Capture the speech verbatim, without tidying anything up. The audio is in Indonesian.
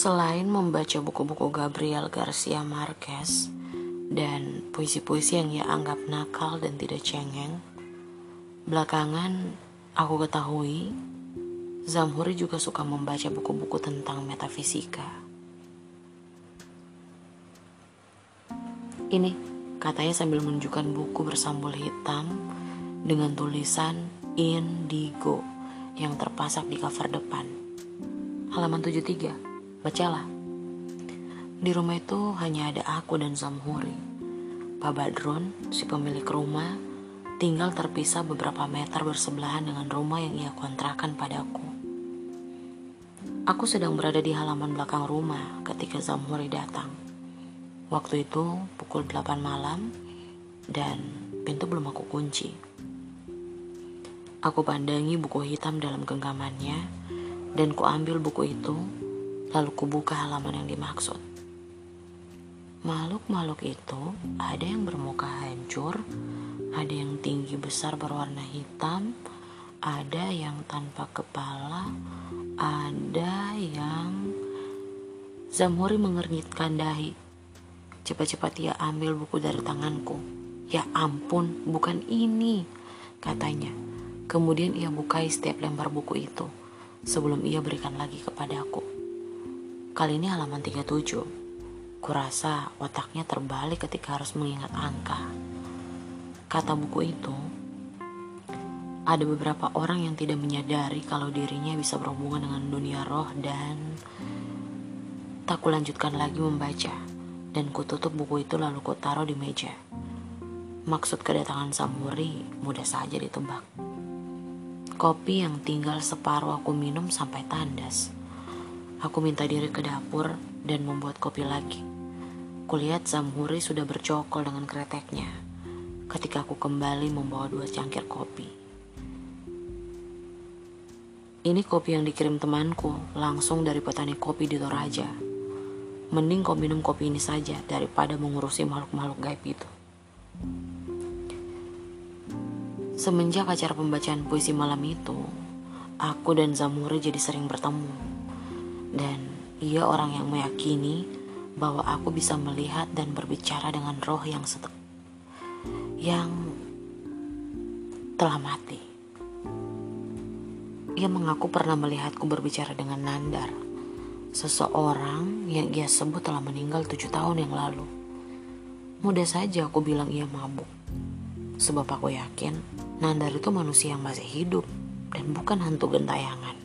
Selain membaca buku-buku Gabriel Garcia Marquez dan puisi-puisi yang ia anggap nakal dan tidak cengeng, belakangan aku ketahui Zamhoeri juga suka membaca buku-buku tentang metafisika. Ini, katanya sambil menunjukkan buku bersambul hitam dengan tulisan Indigo yang terpasang di cover depan. Halaman tujuh puluh tiga, bacalah. Di rumah itu hanya ada aku dan Zamhoeri. Pak Badron, si pemilik rumah, tinggal terpisah beberapa meter bersebelahan dengan rumah yang ia kontrakan padaku. Aku sedang berada di halaman belakang rumah ketika Zamhoeri datang. Waktu itu pukul delapan malam dan pintu belum aku kunci. Aku pandangi buku hitam dalam genggamannya dan kuambil buku itu, lalu kubuka halaman yang dimaksud. Makhluk-makhluk itu ada yang bermuka hancur, ada yang tinggi besar berwarna hitam, ada yang tanpa kepala, ada yang... Zamhoeri mengernyitkan dahi. Cepat-cepat ia ambil buku dari tanganku. Ya ampun, bukan ini, katanya. Kemudian ia bukai setiap lembar buku itu sebelum ia berikan lagi kepadaku. Kali ini halaman tiga puluh tujuh. Kurasa otaknya terbalik ketika harus mengingat angka. Kata buku itu, ada beberapa orang yang tidak menyadari kalau dirinya bisa berhubungan dengan dunia roh dan... Tak kulanjutkan lagi membaca dan kututup buku itu lalu kutaruh di meja. Maksud kedatangan Zamhoeri mudah saja ditebak. Kopi yang tinggal separuh aku minum sampai tandas. Aku minta diri ke dapur dan membuat kopi lagi. Kulihat Zamhoeri sudah bercokol dengan kreteknya ketika aku kembali membawa dua cangkir kopi. Ini kopi yang dikirim temanku langsung dari petani kopi di Toraja. Mending kau minum kopi ini saja daripada mengurusi makhluk-makhluk gaib itu. Semenjak acara pembacaan puisi malam itu, aku dan Zamhoeri jadi sering bertemu. Dan ia orang yang meyakini bahwa aku bisa melihat dan berbicara dengan roh yang set- yang telah mati. Ia mengaku pernah melihatku berbicara dengan Nandar, seseorang yang ia sebut telah meninggal tujuh tahun yang lalu. Mudah saja aku bilang ia mabuk, sebab aku yakin Nandar itu manusia yang masih hidup dan bukan hantu gentayangan.